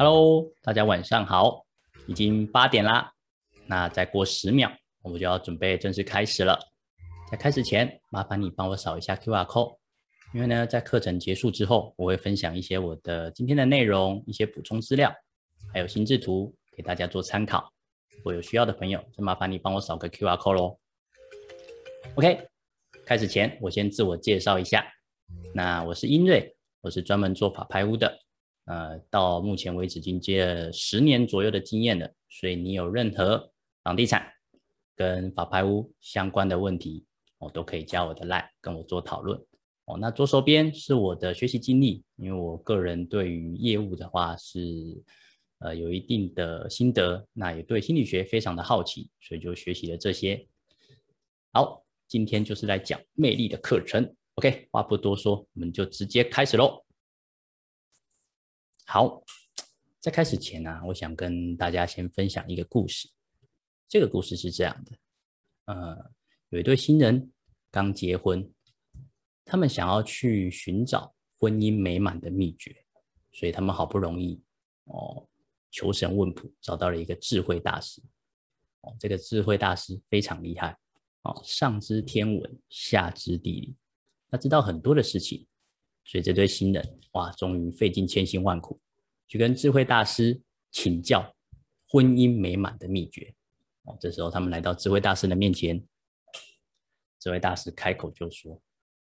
Hello，大家晚上好，已经8点啦。那再过10秒，我们就要准备正式开始了。在开始前，麻烦你帮我扫一下 QR code，因为呢，在课程结束之后，我会分享一些我的今天的内容，一些补充资料，还有心智图给大家做参考。如果有需要的朋友，就麻烦你帮我扫个 QR code 咯。OK， 开始前我先自我介绍一下，那我是英瑞，我是专门做法拍屋的。到目前为止已经接了10年左右的经验了，所以你有任何房地产跟法拍屋相关的问题，都可以加我的 LINE 跟我做讨论。那左手边是我的学习经历，因为我个人对于业务的话是有一定的心得，那也对心理学非常的好奇，所以就学习了这些。好，今天就是来讲魅力的课程。OK， 话不多说，我们就直接开始咯。好，在开始前呢，我想跟大家先分享一个故事。这个故事是这样的，有一对新人刚结婚，他们想要去寻找婚姻美满的秘诀，所以他们好不容易求神问卜，找到了一个智慧大师。这个智慧大师非常厉害，上知天文，下知地理，他知道很多的事情，所以这对新人终于费尽千辛万苦，去跟智慧大师请教婚姻美满的秘诀。这时候他们来到智慧大师的面前，智慧大师开口就说：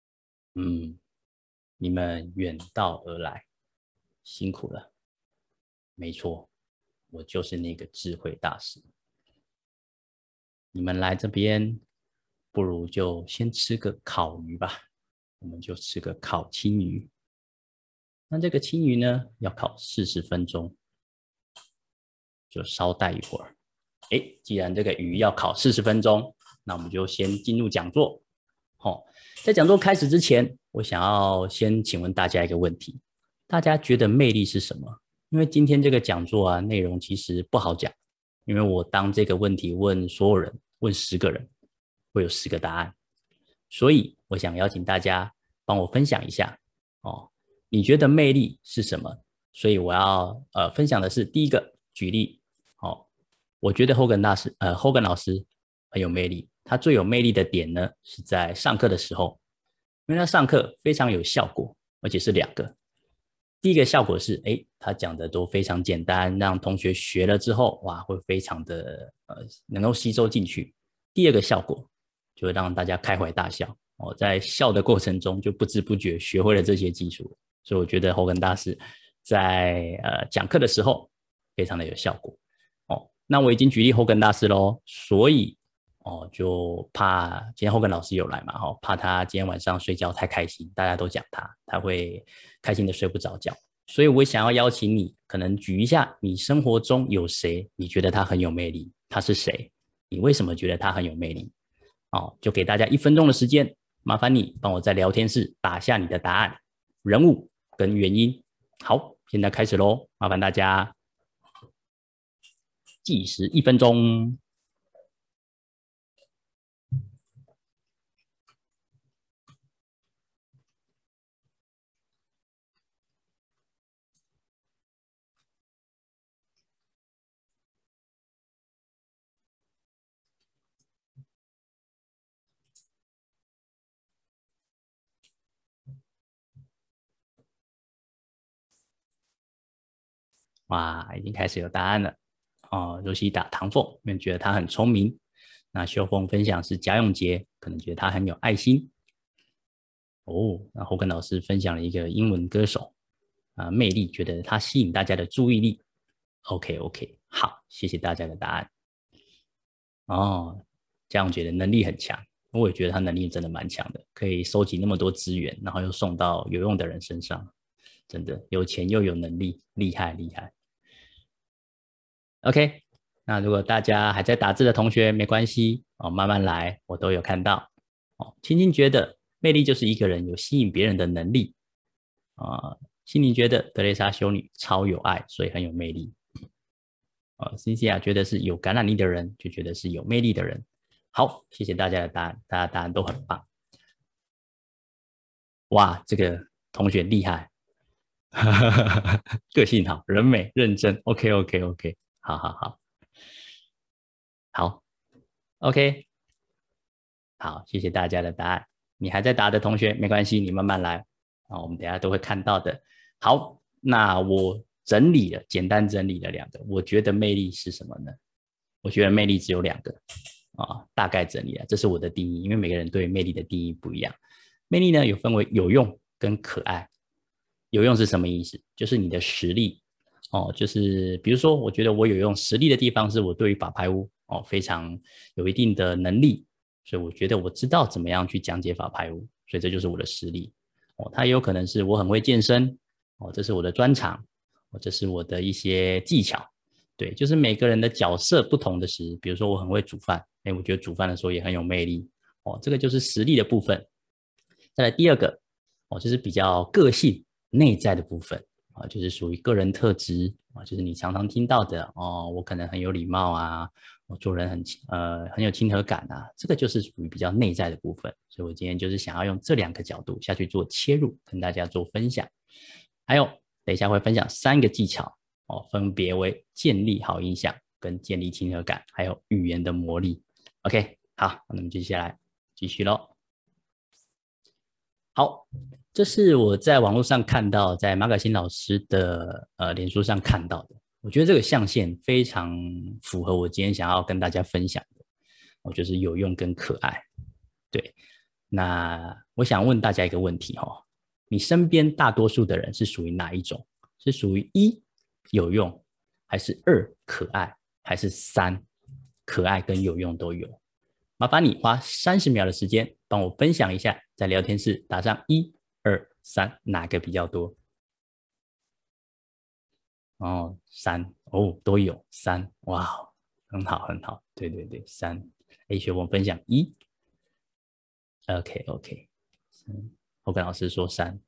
你们远道而来，辛苦了。没错，我就是那个智慧大师。你们来这边，不如就先吃个烤鱼吧。我们就吃个烤青鱼。那这个青鱼呢，要烤40分钟，就稍待一会儿。既然这个鱼要烤40分钟，那我们就先进入讲座。在讲座开始之前，我想要先请问大家一个问题：大家觉得魅力是什么？因为今天这个讲座啊，内容其实不好讲，因为我当这个问题问所有人，问10个人，会有10个答案，所以我想邀请大家帮我分享一下你觉得魅力是什么？所以我要分享的是第一个举例。我觉得Hogan老师很有魅力。他最有魅力的点呢，是在上课的时候，因为他上课非常有效果，而且是2个。第一个效果是，他讲的都非常简单，让同学学了之后，会非常的能够吸收进去。第二个效果就会让大家开怀大笑，在笑的过程中就不知不觉学会了这些技术。所以我觉得Hogan大师在讲课的时候非常的有效果。那我已经举例Hogan大师咯，所以就怕今天Hogan老师有来嘛，怕他今天晚上睡觉太开心，大家都讲他会开心的睡不着觉，所以我想要邀请你，可能举一下你生活中有谁你觉得他很有魅力，他是谁？你为什么觉得他很有魅力？就给大家1分钟的时间，麻烦你帮我在聊天室打下你的答案、人物跟原因。好，现在开始咯，麻烦大家计时1分钟。已经开始有答案了。若西打唐凤，因为觉得他很聪明。那秀凤分享是贾永杰，可能觉得他很有爱心。那Hogan老师分享了一个英文歌手魅力，觉得他吸引大家的注意力。OK， 好，谢谢大家的答案。贾永杰的能力很强，我也觉得他能力真的蛮强的，可以收集那么多资源，然后又送到有用的人身上，真的有钱又有能力，厉害厉害。OK， 那如果大家还在打字的同学没关系慢慢来，我都有看到。青青觉得魅力就是一个人有吸引别人的能力心灵觉得德蕾莎修女超有爱，所以很有魅力。辛西亚觉得是有感染力的人，就觉得是有魅力的人。好，谢谢大家的答案，大家答案都很棒。这个同学厉害， 个性好，人美认真，OK OK OK，好好好好 OK，好，谢谢大家的答案。你还在答的同学没关系，你慢慢来啊，我们等下都会看到的。好，那我整理了，简单整理了两个，我觉得魅力是什么呢？我觉得魅力只有两个啊，大概整理了，这是我的定义，因为每个人对魅力的定义不一样。魅力呢有分为有用跟可爱。有用是什么意思？就是你的实力哦，就是比如说，我觉得我有用实力的地方是我对于法拍屋哦非常有一定的能力，所以我觉得我知道怎么样去讲解法拍屋，所以这就是我的实力哦。它也有可能是我很会健身哦，这是我的专长哦，这是我的一些技巧。对，就是每个人的角色不同的时，比如说我很会煮饭，哎，我觉得煮饭的时候也很有魅力哦，这个就是实力的部分。再来第二个哦，就是比较个性内在的部分啊，就是属于个人特质啊，就是你常常听到的哦，我可能很有礼貌啊，我做人很有亲和感啊，这个就是属于比较内在的部分。所以我今天就是想要用这两个角度下去做切入，跟大家做分享。还有等一下会分享三个技巧哦，分别为建立好印象、跟建立亲和感，还有语言的魔力。OK，好，那么接下来继续喽。好，这是我在网络上看到，在马可欣老师的脸书上看到的。我觉得这个象限非常符合我今天想要跟大家分享的，我就是有用跟可爱。对，那我想问大家一个问题哈，你身边大多数的人是属于哪一种？是属于一有用，还是二可爱，还是三可爱跟有用都有？麻烦你花30秒的时间帮我分享一下，在聊天室打上1、2、3，哪个比较多？哦，三哦都有三，哇，很好很好，对对对，三。A 学我分享1，OK OK，我跟老师说三，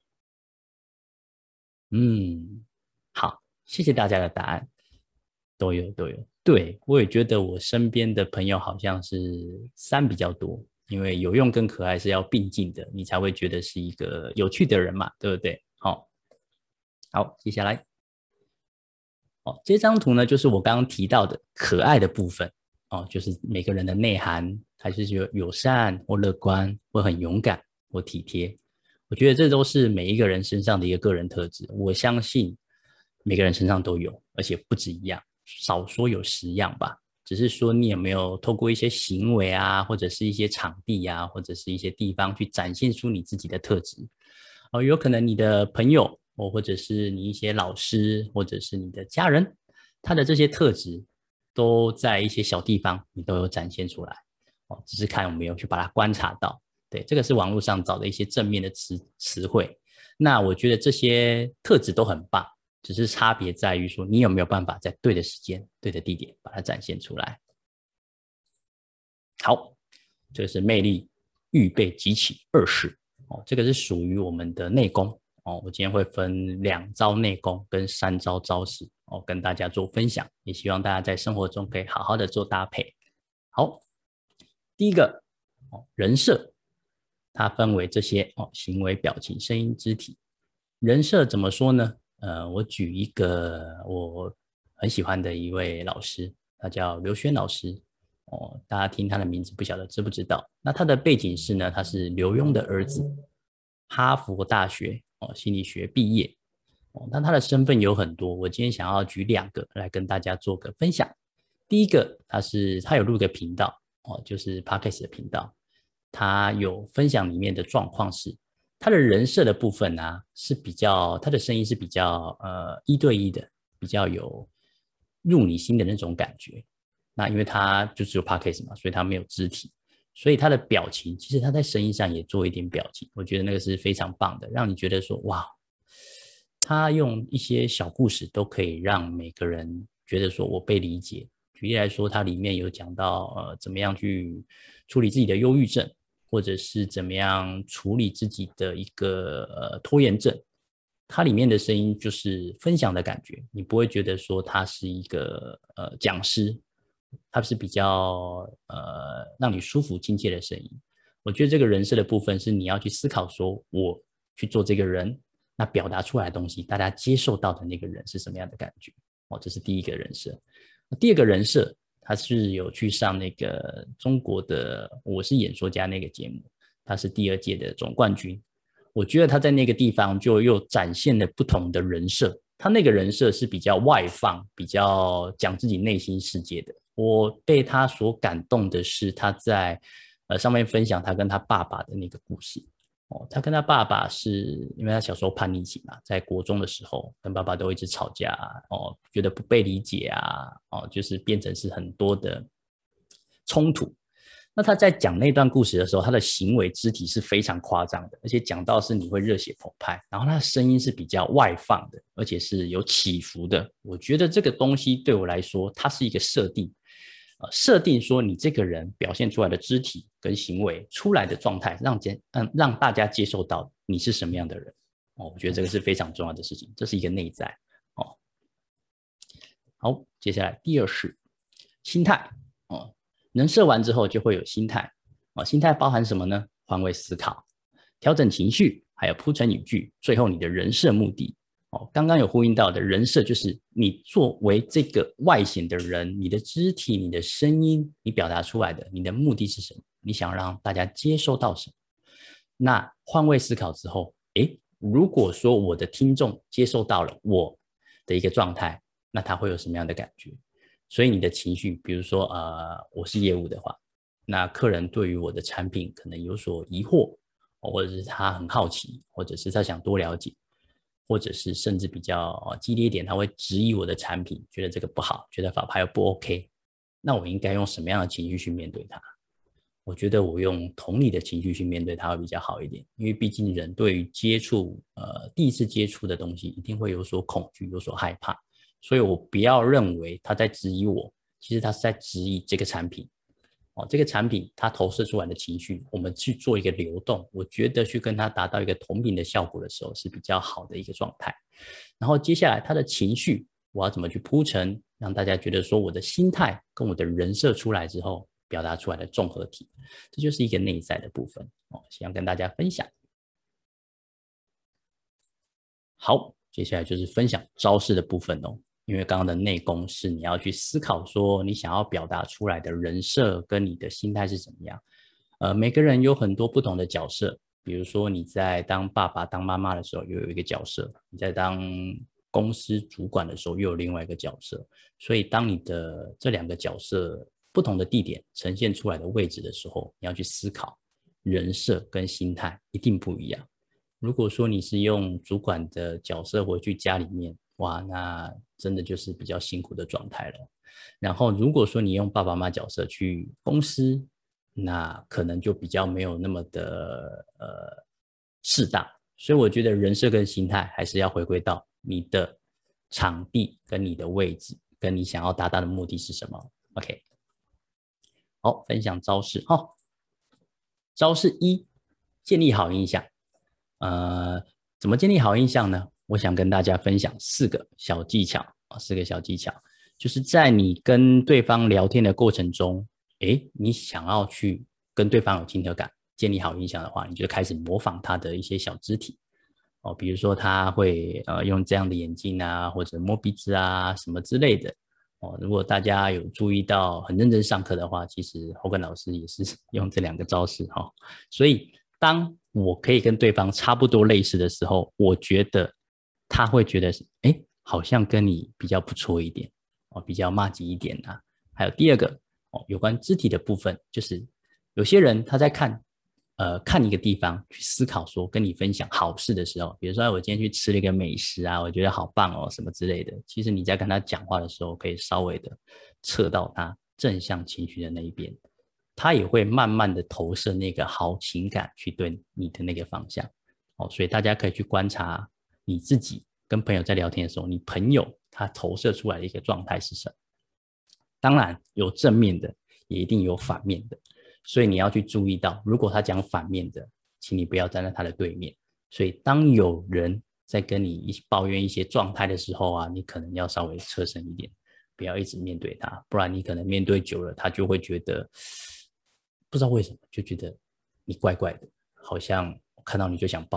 嗯，好，谢谢大家的答案，都有都有。对，我也觉得我身边的朋友好像是三比较多，因为有用跟可爱是要并进的，你才会觉得是一个有趣的人嘛，对不对？好，好，接下来，哦，这张图呢，就是我刚刚提到的可爱的部分，哦，就是每个人的内涵，还是有友善或乐观，或很勇敢或体贴。我觉得这都是每一个人身上的一个个人特质。我相信每个人身上都有，而且不止一样，少说有10样吧。只是说你有没有透过一些行为啊，或者是一些场地啊，或者是一些地方去展现出你自己的特质。哦，有可能你的朋友，哦，或者是你一些老师，或者是你的家人，他的这些特质都在一些小地方你都有展现出来。哦，只是看有没有去把它观察到。对，这个是网络上找的一些正面的词汇。那我觉得这些特质都很棒，只是差别在于说你有没有办法在对的时间、对的地点把它展现出来。好，这个是魅力预备集起20哦，这个是属于我们的内功哦。我今天会分2招内功跟3招招式哦，跟大家做分享，也希望大家在生活中可以好好的做搭配。好，第一个哦，人设，它分为这些哦，行为、表情、声音、肢体。人设怎么说呢？我举一个我很喜欢的一位老师，他叫刘轩老师。哦，大家听他的名字不晓得知不知道？那他的背景是呢，他是刘墉的儿子，哈佛大学哦心理学毕业。哦，那他的身份有很多，我今天想要举2个来跟大家做个分享。第一个，他有录个频道哦，就是 Podcast 的频道，他有分享里面的状况是，他的人设的部分呢、是比较，他的声音是比较1对1的，比较有入你心的那种感觉。那因为他就只有 Podcast 嘛，所以他没有肢体，所以他的表情，其实他在声音上也做一点表情，我觉得那个是非常棒的，让你觉得说哇，他用一些小故事都可以让每个人觉得说我被理解。举例来说，它里面有讲到怎么样去处理自己的忧郁症，或者是怎么样处理自己的一个拖延症。它里面的声音就是分享的感觉，你不会觉得说他是一个讲师，他是比较让你舒服亲切的声音。我觉得这个人设的部分是你要去思考说，我去做这个人， 那表达出来的东西，大家接受到的那个人是什么样的感觉？这是第一个人设。第二个人设，他是有去上那个中国的《我是演说家》那个节目，他是第2届的总冠军。我觉得他在那个地方就又展现了不同的人设，他那个人设是比较外放，比较讲自己内心世界的。我被他所感动的是他在上面分享他跟他爸爸的那个故事。他跟他爸爸是因为他小时候叛逆期嘛，在国中的时候跟爸爸都一直吵架觉得不被理解就是变成是很多的冲突。那他在讲那段故事的时候，他的行为肢体是非常夸张的，而且讲到是你会热血澎湃，然后他的声音是比较外放的，而且是有起伏的。我觉得这个东西对我来说，它是一个设定。设定说你这个人表现出来的肢体跟行为出来的状态，让大家接受到你是什么样的人我觉得这个是非常重要的事情，这是一个内在好，接下来第2是心态人设完之后就会有心态心态包含什么呢？换位思考、调整情绪，还有铺陈语句，最后你的人设目的刚刚有呼应到的人设，就是你作为这个外显的人，你的肢体、你的声音，你表达出来的，你的目的是什么？你想让大家接收到什么？那换位思考之后，如果说我的听众接受到了我的一个状态，那他会有什么样的感觉？所以你的情绪，比如说我是业务的话，那客人对于我的产品可能有所疑惑，或者是他很好奇，或者是他想多了解。或者是甚至比较激烈一点，他会质疑我的产品，觉得这个不好，觉得法拍不 OK， 那我应该用什么样的情绪去面对他？我觉得我用同理的情绪去面对他会比较好一点，因为毕竟人对于第一次接触的东西，一定会有所恐惧，有所害怕，所以我不要认为他在质疑我，其实他是在质疑这个产品。这个产品它投射出来的情绪，我们去做一个流动，我觉得去跟它达到一个同频的效果的时候是比较好的一个状态。然后接下来它的情绪我要怎么去铺陈，让大家觉得说我的心态跟我的人设出来之后表达出来的综合体，这就是一个内在的部分想跟大家分享。好，接下来就是分享招式的部分因为刚刚的内功是你要去思考说你想要表达出来的人设跟你的心态是怎么样。每个人有很多不同的角色，比如说你在当爸爸当妈妈的时候又有一个角色，你在当公司主管的时候又有另外一个角色，所以当你的这2个角色不同的地点呈现出来的位置的时候，你要去思考人设跟心态一定不一样。如果说你是用主管的角色回去家里面，哇，那真的就是比较辛苦的状态了。然后如果说你用爸爸妈妈角色去公司，那可能就比较没有那么的适当。所以我觉得人设跟心态还是要回归到你的场地跟你的位置，跟你想要达到的目的是什么。OK， 好，分享招式招式1，建立好印象。怎么建立好印象呢？我想跟大家分享4个小技巧4个小技巧，就是在你跟对方聊天的过程中，你想要去跟对方有亲和感，建立好印象的话，你就开始模仿他的一些小肢体比如说他会用这样的眼镜啊，或者摸鼻子啊什么之类的如果大家有注意到很认真上课的话，其实Hogan老师也是用这2个招式所以当我可以跟对方差不多类似的时候，我觉得他会觉得好像跟你比较不错一点比较麻吉一点啊。还有第2个有关肢体的部分，就是有些人他在看一个地方去思考说跟你分享好事的时候，比如说我今天去吃了一个美食啊，我觉得好棒什么之类的，其实你在跟他讲话的时候可以稍微的测到他正向情绪的那一边，他也会慢慢的投射那个好情感去对你的那个方向所以大家可以去观察你自己跟朋友在聊天的时候，你朋友他投射出来的一个状态是什么。当然有正面的，也一定有反面的，所以你要去注意到，如果他讲反面的，请你不要站在他的对面。所以当有人在跟你抱怨一些状态的时候啊，你可能要稍微侧身一点，不要一直面对他，不然你可能面对久了，他就会觉得不知道为什么就觉得你怪怪的，好像看到你就想抱怨，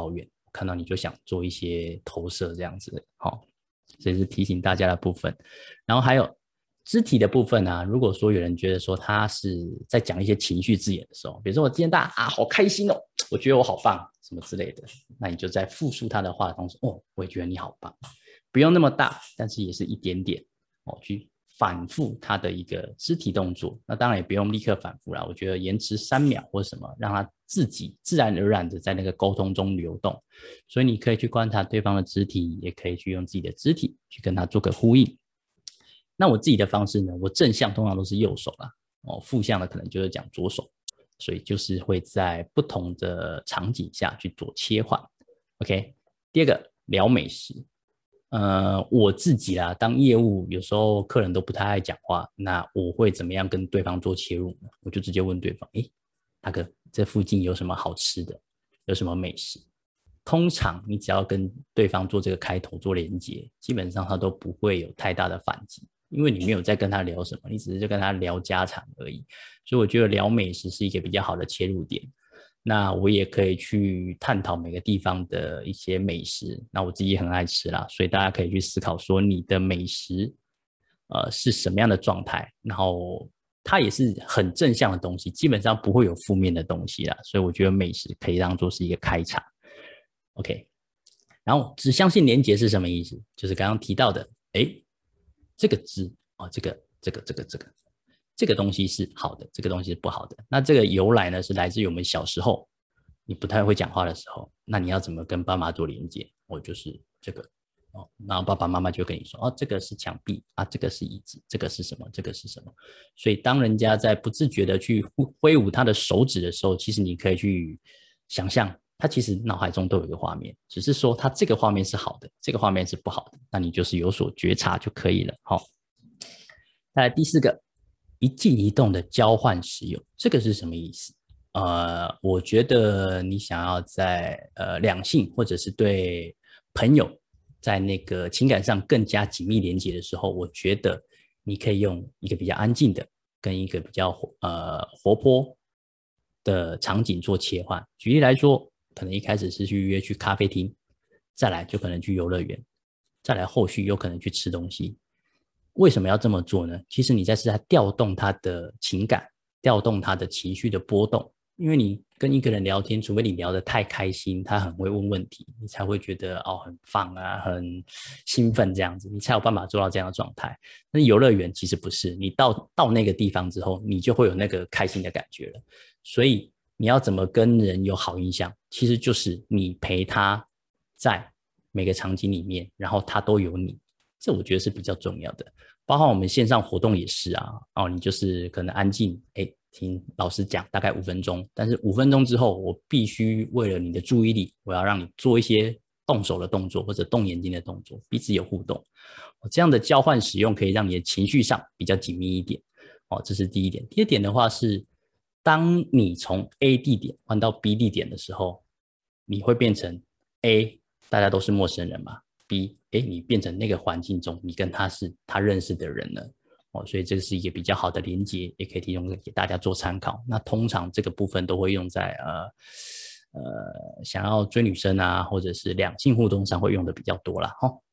看到你就想做一些投射这样子，好，这是提醒大家的部分。然后还有肢体的部分啊，如果说有人觉得说他是在讲一些情绪字眼的时候，比如说我今天好开心哦，我觉得我好棒什么之类的，那你就在复述他的话的同时，我也觉得你好棒，不用那么大，但是也是一点点去反复他的一个肢体动作。那当然也不用立刻反复啦，我觉得延迟3秒或什么，让他自己自然而然的在那个沟通中流动。所以你可以去观察对方的肢体，也可以去用自己的肢体去跟他做个呼应。那我自己的方式呢，我正向通常都是右手啦，负向的可能就是讲左手，所以就是会在不同的场景下去做切换。OK， 第二个聊美食，我自己啦，当业务有时候客人都不太爱讲话，那我会怎么样跟对方做切入呢？我就直接问对方，大哥，这附近有什么好吃的？有什么美食？通常你只要跟对方做这个开头做连接，基本上他都不会有太大的反击，因为你没有在跟他聊什么，你只是就跟他聊家常而已。所以我觉得聊美食是一个比较好的切入点。那我也可以去探讨每个地方的一些美食，那我自己也很爱吃啦，所以大家可以去思考说你的美食是什么样的状态，然后它也是很正向的东西，基本上不会有负面的东西啦，所以我觉得美食可以当做是一个开场。OK， 然后指向性连结是什么意思？就是刚刚提到的，这个字这个东西是好的，这个东西是不好的。那这个由来呢，是来自于我们小时候你不太会讲话的时候，那你要怎么跟爸妈做连接？就是这个然后爸爸妈妈就跟你说，这个是墙壁啊，这个是椅子，这个是什么，这个是什么。所以当人家在不自觉的去挥舞他的手指的时候，其实你可以去想象，他其实脑海中都有一个画面，只是说他这个画面是好的，这个画面是不好的，那你就是有所觉察就可以了。好，再来第4个，一静一动的交换使用，这个是什么意思？我觉得你想要在两性或者是对朋友在那个情感上更加紧密连接的时候，我觉得你可以用一个比较安静的跟一个比较活泼的场景做切换。举例来说，可能一开始是去咖啡厅，再来就可能去游乐园，再来后续有可能去吃东西。为什么要这么做呢？其实你在调动他的情感，调动他的情绪的波动。因为你跟一个人聊天，除非你聊得太开心，他很会问问题，你才会觉得很放啊，很兴奋这样子，你才有办法做到这样的状态。那游乐园其实不是，你到那个地方之后，你就会有那个开心的感觉了。所以你要怎么跟人有好印象，其实就是你陪他在每个场景里面，然后他都有你，这我觉得是比较重要的。包括我们线上活动也是啊，你就是可能安静，听老师讲大概5分钟，但是5分钟之后，我必须为了你的注意力，我要让你做一些动手的动作或者动眼睛的动作，彼此有互动。这样的交换使用可以让你的情绪上比较紧密一点。这是第一点。第二点的话是，当你从 A 地点换到 B 地点的时候，你会变成 A， 大家都是陌生人嘛。B， 你变成那个环境中，你跟他是他认识的人了。所以这是一个比较好的连接，也可以提供给大家做参考。那通常这个部分都会用在想要追女生啊，或者是两性互动上会用的比较多啦。